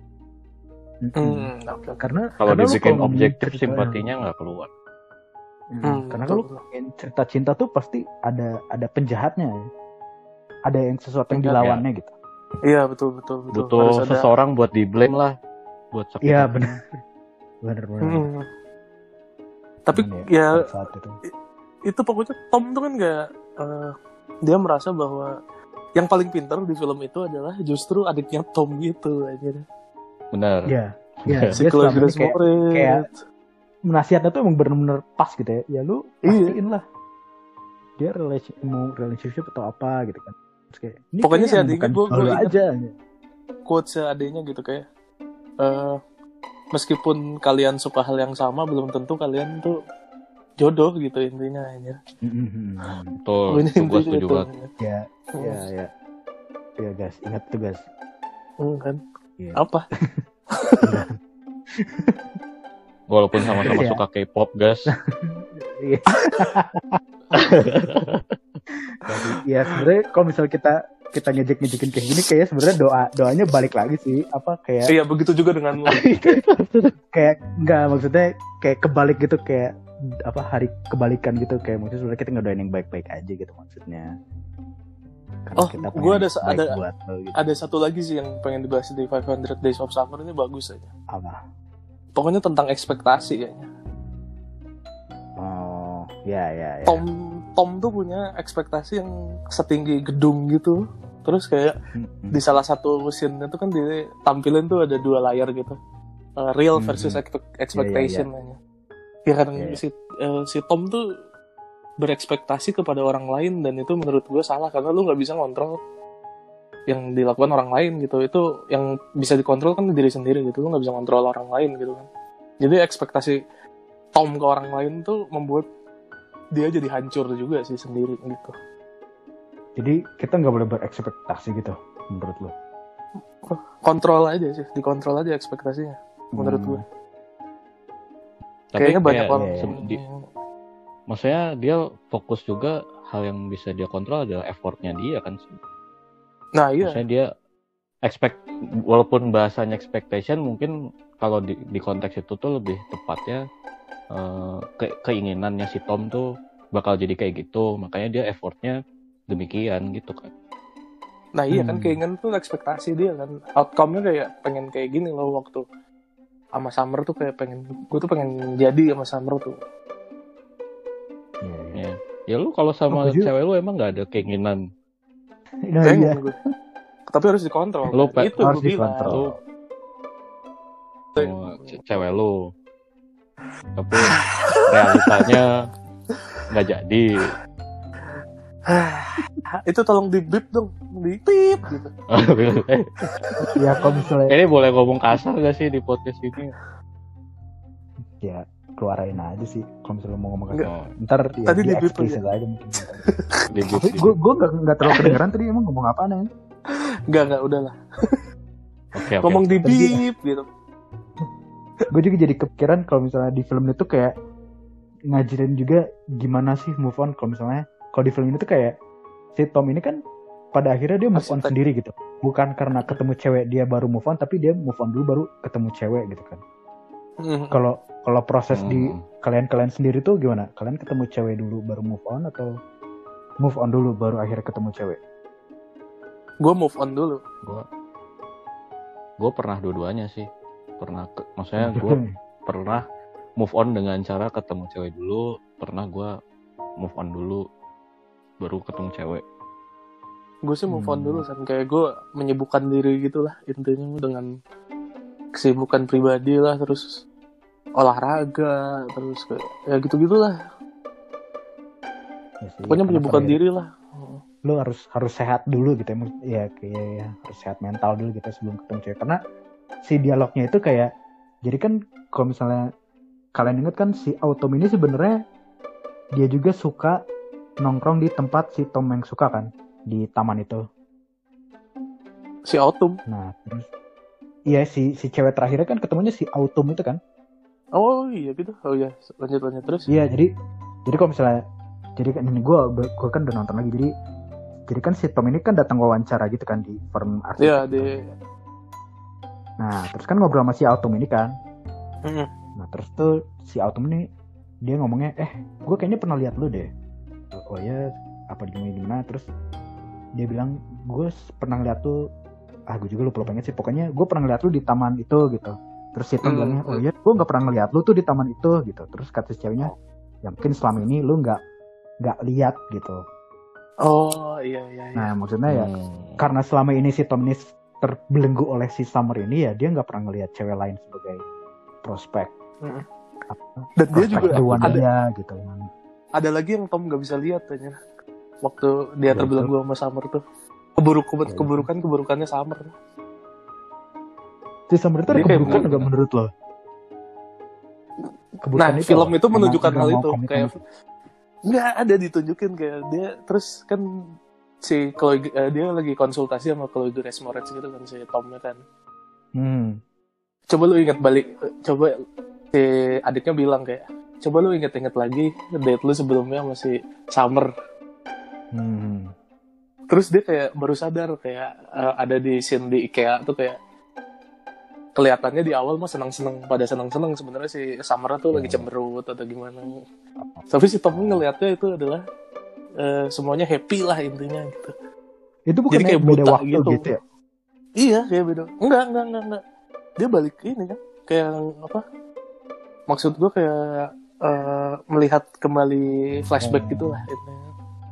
Karena kalau dibikin objektif simpatinya nggak keluar. Karena kalau ngomongin cerita cinta tuh pasti ada penjahatnya, ada yang sesuatu yang dilawannya gitu. Iya betul. Butuh seseorang buat di blame lah, buat sakit. Iya benar. Tapi ya itu pokoknya Tom tuh kan nggak, dia merasa bahwa yang paling pintar di film itu adalah justru adiknya Tom gitu aja. Benar. Iya. Psikologis kayak nasihatnya tuh emang benar-benar pas gitu ya. Ya lu pastiin lah dia relationship atau apa gitu kan. Terus kayak, pokoknya si adiknya gue aja. Quote si adiknya gitu kayak, meskipun kalian suka hal yang sama belum tentu kalian tuh jodoh gitu intinya aja. Betul. Gue setuju banget. Ya guys, ingat tuh guys. Kan? Yeah. Apa? Walaupun sama-sama suka K-pop, guys. Ya sebenarnya kalau misal kita ngejek-ngejekin kayak gini, kayaknya sebenarnya doanya balik lagi sih, apa kayak. Iya begitu juga dengan lu. Kayak nggak, maksudnya kayak kebalik gitu, kayak apa, hari kebalikan gitu, kayak maksudnya sebenarnya kita ngedoain yang baik-baik aja gitu maksudnya. Gue ada satu lagi sih yang pengen dibahas di 500 Days of Summer ini, bagus aja. Apa? Pokoknya tentang ekspektasi kayaknya. Oh, ya. Tom tuh punya ekspektasi yang setinggi gedung gitu. Terus kayak di salah satu scene itu kan ditampilin tuh ada dua layar gitu. Real versus expectation. Ya kan si Tom tuh berekspektasi kepada orang lain, dan itu menurut gue salah karena lu nggak bisa ngontrol yang dilakukan orang lain gitu. Itu yang bisa dikontrol kan diri sendiri gitu, lu nggak bisa kontrol orang lain gitu kan. Jadi ekspektasi Tom ke orang lain tuh membuat dia jadi hancur juga sih sendiri gitu. Jadi kita nggak boleh berekspektasi gitu menurut lo? Kontrol aja sih, dikontrol aja ekspektasinya menurut gue. Tapi Kayaknya banyak kayak, orang maksudnya dia fokus juga, hal yang bisa dia kontrol adalah effortnya dia kan. Nah iya. Maksudnya dia walaupun bahasanya expectation, mungkin kalau di konteks itu tuh lebih tepatnya keinginannya si Tom tuh bakal jadi kayak gitu, makanya dia effortnya demikian gitu kan. Nah iya kan, keinginan tuh ekspektasi dia kan, outcome-nya kayak pengen kayak gini loh. Waktu sama Summer tuh kayak gue tuh pengen jadi sama Summer tuh. Ya lu kalau sama cewek lu emang nggak ada keinginan? Pengen gue, tapi harus dikontrol. Lu kan? Itu harus gue dikontrol. Cewek lu, tapi realitanya nggak jadi. Itu tolong di beep dong, di beep gitu. Ya kalau misalnya Ini boleh ngomong kasar gak sih di podcast ini? ya keluarin aja sih kalau misalnya mau ngomong kasar. Enggak. Ntar ya Tadi di beep eksplisit aja mungkin. Di Gue nggak terlalu kedengeran tadi emang ngomong apaan ya? Enggak, udahlah. Oke. Ngomong di beep gitu. Gue juga jadi kepikiran kalau misalnya di film itu kayak ngajarin juga gimana sih move on. Kalau misalnya kalau di film ini tuh kayak si Tom ini kan pada akhirnya dia move on sendiri gitu, bukan karena ketemu cewek dia baru move on, tapi dia move on dulu baru ketemu cewek gitu kan. Kalau proses di kalian sendiri tuh gimana? Kalian ketemu cewek dulu baru move on atau move on dulu baru akhirnya ketemu cewek? Gue move on dulu. Gue pernah dua-duanya sih. Maksudnya gue pernah move on dengan cara ketemu cewek dulu, pernah gue move on dulu baru ketemu cewek. Gue sih move on dulu, kan kayak gue menyibukkan diri gitulah intinya, dengan kesibukan pribadi lah, terus olahraga, terus kayak ya gitu-gitulah. Ya sih, pokoknya menyibukkan diri lah. Lu harus sehat dulu gitu ya, kayak harus sehat mental dulu gitu sebelum ketemu cewek, karena si dialognya itu kayak, jadi kan kalau misalnya kalian ingat kan si Autumn ini sebenarnya dia juga suka nongkrong di tempat si Tom yang suka kan, di taman itu. Si Autumn. Nah terus iya si cewek terakhirnya kan ketemunya si Autumn itu kan. Oh iya gitu. Oh iya, lanjut terus. Iya, jadi kalau misalnya, jadi kan ini gue kan udah nonton lagi, jadi kan si Tom ini kan datang wawancara gitu kan di firm arsitek. Iya gitu. Nah terus kan ngobrol sama si Autumn ini kan. Nah terus tuh si Autumn ini dia ngomongnya, gue kayaknya pernah lihat lu deh. Oh ya, apa gimana? Terus dia bilang, gue pernah lihat tuh, gue juga lupa pengen sih. Pokoknya gue pernah lihat lu di taman itu gitu. Terus si Tom bilangnya, oh ya, gue nggak pernah ngeliat lu tuh di taman itu gitu. Terus kata si ceweknya, ya mungkin selama ini lu nggak lihat gitu. Oh iya. Nah maksudnya ya, karena selama ini si Tom ini terbelenggu oleh si Summer ini, ya dia nggak pernah ngelihat cewek lain sebagai prospek. Dan dia juga ada gitu. Ada lagi yang Tom nggak bisa lihat aja. Waktu dia terbelenggu sama Summer tuh, keburukannya Summer. Si Summer itu ada keburukan nggak menurut lo? Nah film itu menunjukkan hal itu, kayak nggak ada ditunjukin kayak dia, terus kan si Chloe, dia lagi konsultasi sama Chloe Grace Moretz gitu kan, si Tomnya kan. Coba lu ingat balik, coba si adiknya bilang kayak, coba lu inget-inget lagi date lu sebelumnya sama si Summer. Terus dia kayak baru sadar kayak ada di scene di IKEA tuh, kayak kelihatannya di awal mah senang-senang sebenarnya si Summer tuh lagi cemberut atau gimana. Tapi si Tom ngelihatnya itu adalah semuanya happy lah intinya gitu. Itu bukan jadi kayak beda buta waktu gitu ya? Iya kayak beda. Enggak. Dia balik ini kan kayak apa? Maksud gue kayak melihat kembali flashback gitu lah intinya.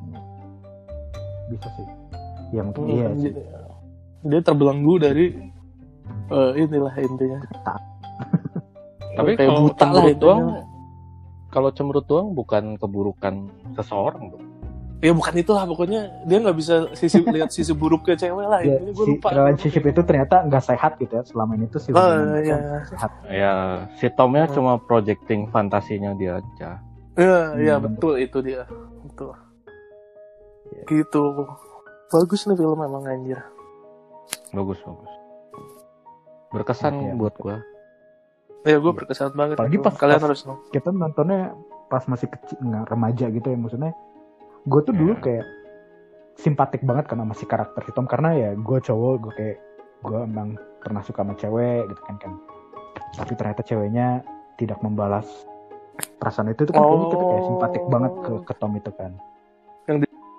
Bisa sih. Ya mungkin iya sih. Dia terbelenggu dari inilah intinya. Tapi kalau cemberut doang, bukan keburukan seseorang dong. Ya bukan itulah, pokoknya dia nggak bisa lihat sisi buruknya cewek lah. Ya, Ini gue si lupa. relationship itu ternyata nggak sehat gitu ya, selama ini tuh si hubungan mereka nggak sehat. Ya, si Tomnya cuma projecting fantasinya dia aja. Ya betul, itu dia. Betul. Gitu. Bagus nih film emang, anjir. Bagus. Berkesan buat gua. Ya gue berkesan banget. Apalagi pas kalian harus nonton. Kita nontonnya pas masih kecil, nggak remaja gitu ya, maksudnya. Gue tuh dulu kayak simpatik banget kan sama si karakter si Tom, karena ya gue cowok, gue emang pernah suka sama cewek gitu kan. Tapi ternyata ceweknya tidak membalas perasaan itu kan, kayaknya kita kayak simpatik banget ke Tom itu kan. Yang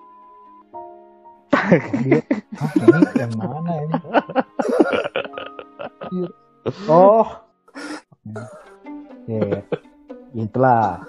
dia, ini yang mana ini? Oh, ya itulah.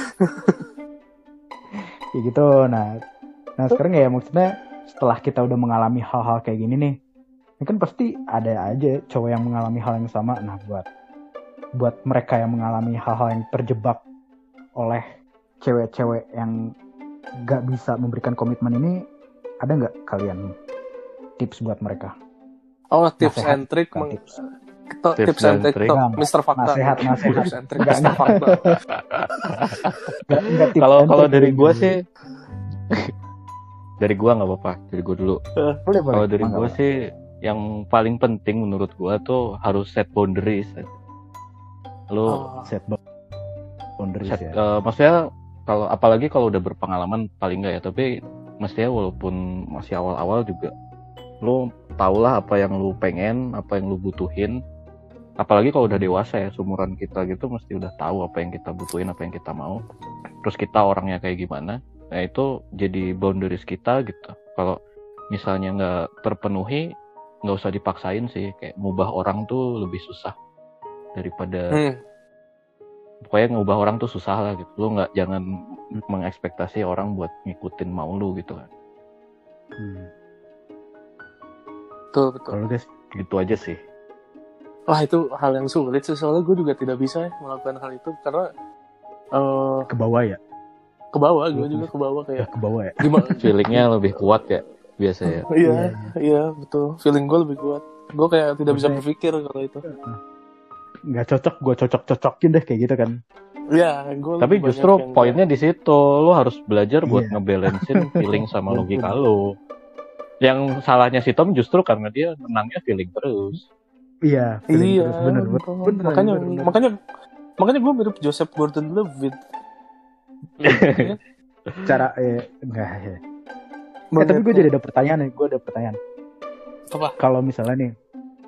Ya gitu. Nah sekarang ya maksudnya setelah kita udah mengalami hal-hal kayak gini nih, ini kan pasti ada aja cowok yang mengalami hal yang sama. Nah buat mereka yang mengalami hal-hal yang terjebak oleh cewek-cewek yang gak bisa memberikan komitmen ini, ada nggak kalian tips buat mereka? Tips and trick, tips and trick, Mr. Fakta. Nasihat. Tips and trick, Mr. Fakta. Kalau dari gue sih, dari gue nggak apa-apa, dari gue dulu. Kalau dari gue sih, yang paling penting menurut gue tuh harus set boundaries. Lo set boundaries ya. Maksudnya apalagi kalau udah berpengalaman paling nggak ya, tapi mestinya walaupun masih awal-awal juga, lo tahulah apa yang lo pengen, apa yang lo butuhin. Apalagi kalau udah dewasa ya, seumuran kita gitu, mesti udah tahu apa yang kita butuhin, apa yang kita mau. Terus kita orangnya kayak gimana. Nah itu jadi boundaries kita gitu. Kalau misalnya nggak terpenuhi, nggak usah dipaksain sih. Kayak ngubah orang tuh lebih susah daripada pokoknya ngubah orang tuh susah lah gitu. Lu jangan mengekspektasi orang buat ngikutin mau lu gitu kan. Betul. Kalau guys gitu aja sih. Wah, itu hal yang sulit sih, soalnya gue juga tidak bisa melakukan hal itu karena ke bawah ya. Ke bawah, gue juga ke bawah kayak. Ke bawah ya. Gimana? Feelingnya lebih kuat ya biasanya. Iya, betul. Feeling gue lebih kuat. Gue kayak tidak bisa berpikir kalau itu. Nggak cocok, gue cocok-cocokin deh kayak gitu kan. Iya, gue. Tapi justru poinnya di situ, lo harus belajar buat ngebalancein feeling sama logika lo. Yang salahnya si Tom justru karena dia menangnya feeling terus. Iya, bener. Makanya gue mirip Joseph Gordon-Levitt. Cara enggak ya. Tapi gue jadi ada pertanyaan. Apa? Kalau misalnya nih,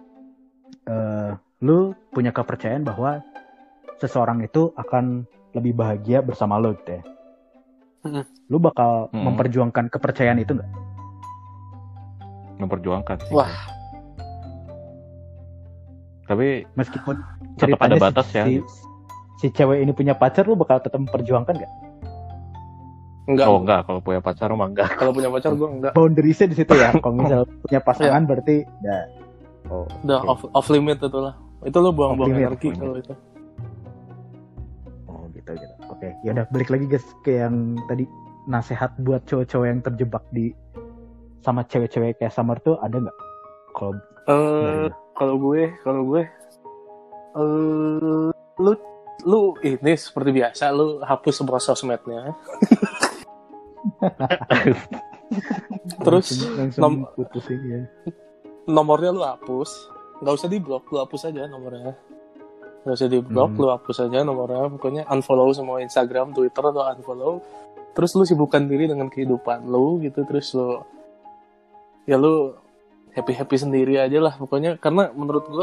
lu punya kepercayaan bahwa seseorang itu akan lebih bahagia bersama lo gitu ya. Lu bakal memperjuangkan kepercayaan itu nggak? Memperjuangkan sih. Wah. Tapi meskipun tetap ada batas ya. Si cewek ini punya pacar, lu bakal tetap memperjuangkan nggak? Enggak. Kalau punya pacar mah enggak. Kalau punya pacar gue enggak. Boundariesnya di situ ya. Kalau misal punya pasangan berarti udah off limit itu lah. Itu lo buang-buang energi kalau itu. Oh gitu. Oke. Ya udah, balik lagi guys ke yang tadi, nasihat buat cowok-cowok yang terjebak sama cewek-cewek kayak Summer tuh ada nggak? Kalau gue lu ini seperti biasa, lu hapus semua sosmednya. Terus putusin ya. Nomornya lu hapus, nggak usah diblok, lu hapus aja nomornya. Nggak usah diblok, lu hapus aja nomornya. Pokoknya unfollow semua Instagram, Twitter, atau unfollow. Terus lu sibukkan diri dengan kehidupan lu gitu. Terus lu happy sendiri aja lah pokoknya. Karena menurut gue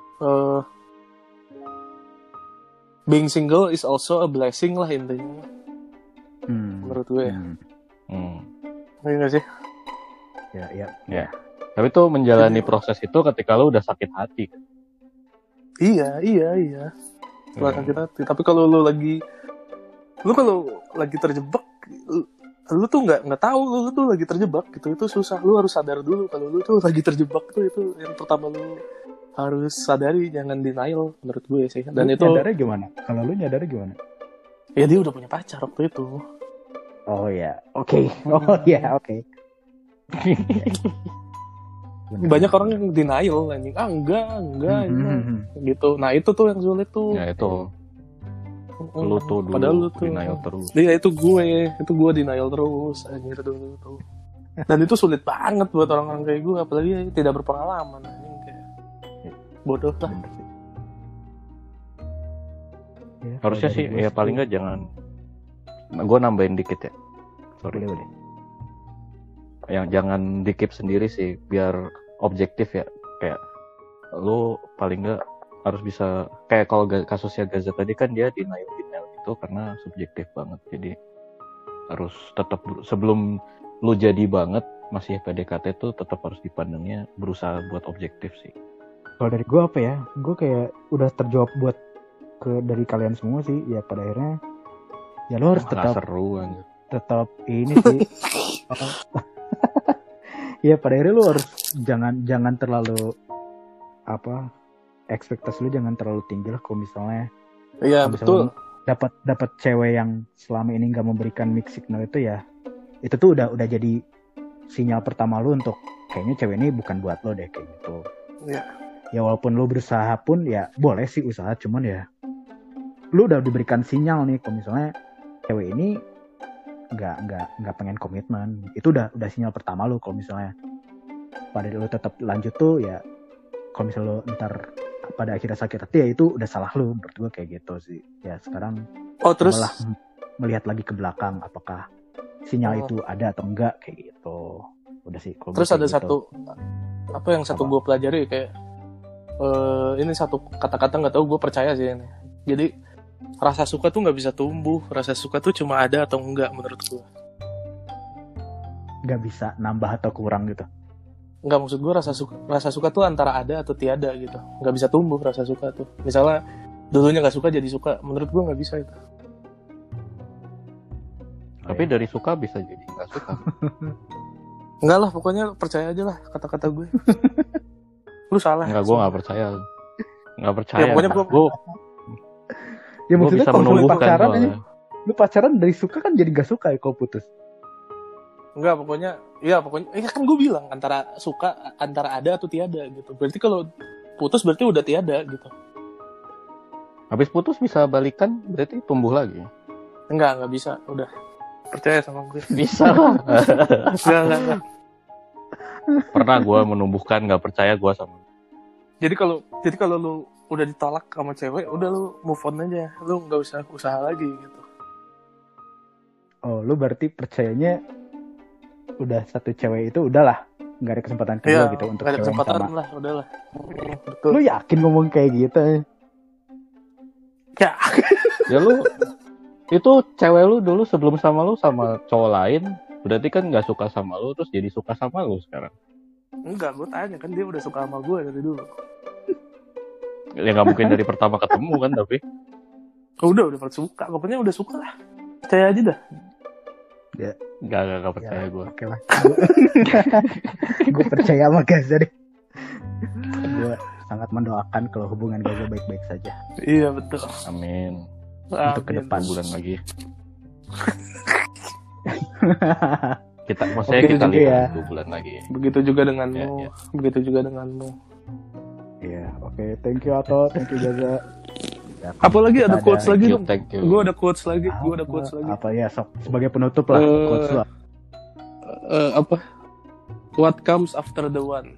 being single is also a blessing lah intinya. Menurut gue ya. Iya gak sih? Ya. Tapi tuh menjalani proses itu ketika lu udah sakit hati. Iya. Setelah sakit hati. Tapi kalau lu lagi terjebak, lu tuh nggak tahu lu tuh lagi terjebak gitu. Itu susah. Lu harus sadar dulu kalau lu tuh lagi terjebak tuh. Itu yang pertama lu harus sadari, jangan denial menurut gue sih. Dan lu itu nyadarnya gimana? Kalau lu nyadarnya gimana? Ya dia udah punya pacar waktu itu. Oh ya, oke. Oh ya, oke. Banyak orang yang denial anjing. Enggak gitu. Nah, itu tuh yang sulit tuh. Ya itu. Lu tuh dulu Padahal lu tuh denial terus. Iya, itu gue denial terus anjir dulu tuh. Dan itu sulit banget buat orang-orang kayak gue, apalagi tidak berpengalaman anjing, kayak bodoh lah. Ya, Harusnya sih ya paling nggak jangan. Gue nambahin dikit ya. Sorry. Boleh. Yang jangan dikip sendiri sih, biar objektif ya. Kayak lu paling nggak harus bisa, kayak kalau kasusnya Gaza tadi kan dia denial itu karena subjektif banget. Jadi harus tetap sebelum lu jadi banget masih PDKT tuh tetap harus dipandangnya berusaha buat objektif sih. Kalau dari gue apa ya? Gue kayak udah terjawab buat dari kalian semua sih. Ya pada akhirnya ya lo harus tetap ini sih. Ya pada akhirnya lo harus jangan terlalu ekspektasi lu jangan terlalu tinggi lah kalau misalnya. Iya betul. Dapat cewek yang selama ini nggak memberikan mixed signal itu ya, itu tuh udah jadi sinyal pertama lu untuk kayaknya cewek ini bukan buat lo deh kayak gitu. Iya. Ya walaupun lu berusaha pun ya boleh sih usaha, cuman ya lu udah diberikan sinyal nih kalau misalnya cewek ini nggak pengen komitmen, itu udah sinyal pertama lu. Kalau misalnya pada lu tetap lanjut tuh ya, kalau misalnya lu ntar pada akhirnya sakit hati ya itu udah salah lu, menurut gue kayak gitu sih. Ya sekarang terus malah melihat lagi ke belakang apakah sinyal itu ada atau enggak kayak gitu. Udah sih. Terus ada gitu. Satu gue pelajari kayak ini satu kata-kata nggak tahu gue percaya sih ini. Jadi rasa suka tuh nggak bisa tumbuh, rasa suka tuh cuma ada atau enggak menurut gue. Nggak bisa nambah atau kurang gitu. Nggak, maksud gue rasa suka tuh antara ada atau tiada gitu. Nggak bisa tumbuh rasa suka tuh. Misalnya dulunya nggak suka jadi suka, menurut gue nggak bisa itu. Tapi dari suka bisa jadi nggak suka. Enggak lah, pokoknya percaya aja lah kata-kata gue. Lu salah. Enggak, gue nggak percaya. Nggak percaya. Ya, pokoknya gue ya maksudnya bisa kalau lu pacaran aja, lu pacaran dari suka kan jadi gak suka ya kalau putus. Enggak, pokoknya kan gue bilang antara ada atau tiada gitu. Berarti kalau putus berarti udah tiada gitu. Habis putus bisa balikan, berarti tumbuh lagi. Enggak bisa, udah. Percaya sama gue. Bisa lah. Enggak. Pernah gue menumbuhkan, nggak percaya gue sama. Jadi kalau lu udah ditolak sama cewek, udah lu move on aja. Lu nggak usah usaha lagi gitu. Oh, lu berarti percayanya udah satu cewek itu udahlah, nggak ada kesempatan kedua gitu untuk cewek yang sama. Lah, udahlah. Betul. Lu yakin ngomong kayak gitu? Ya. Ya lu itu cewek lu dulu sebelum sama lu sama cowok lain, berarti kan nggak suka sama lu terus jadi suka sama lu sekarang. Enggak, gue tanya kan dia udah suka sama gue dari dulu. Ya nggak mungkin dari pertama ketemu kan, tapi udah suka, pokoknya udah suka lah. Percaya aja dah. Ya. Gak percaya gue. Oke lah. Gue percaya sama Gaza deh. Gue sangat mendoakan kalau hubungan Gaza baik-baik saja. Iya betul. Amin. Untuk ke depan 2 bulan lagi. kita lihat ya. 2 bulan lagi. Begitu juga denganmu. Ya. Begitu juga denganmu. Iya, oke. Thank you Ato, thank you Gaza. Ya, apalagi ada quotes lagi dong. Gue ada quotes lagi. Apa ya, sebagai penutup lah quotes lo. Apa? What comes after the one?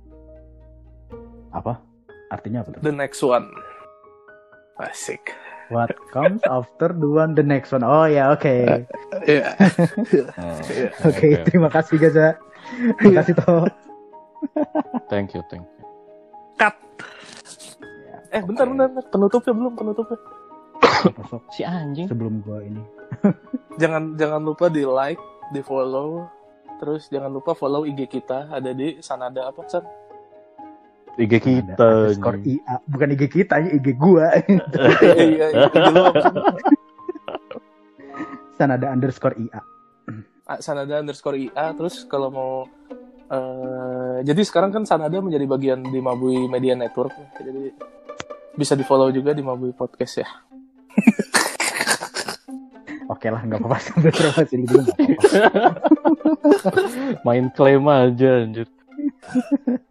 Apa? Artinya apa tuh? The next one. Asik. What comes after the one, the next one. Oh ya, oke. Iya. Oke, terima kasih Gaza. Terima kasih Toh. Thank you. Cut. Bentar. Penutupnya belum. Si anjing. Sebelum gua ini. Jangan lupa di like, di follow, terus jangan lupa follow IG kita, ada di Sanada apa San? IG kita. Skor IA, bukan IG kita, IG gua. Iya. Sanada _IA. Sanada _IA. Terus kalau mau jadi sekarang kan Sanada menjadi bagian di Mabui Media Network, jadi bisa di follow juga di Mabui Podcast ya. Oke lah, nggak apa-apa sambil promosi dulu. Main klaim aja anjir.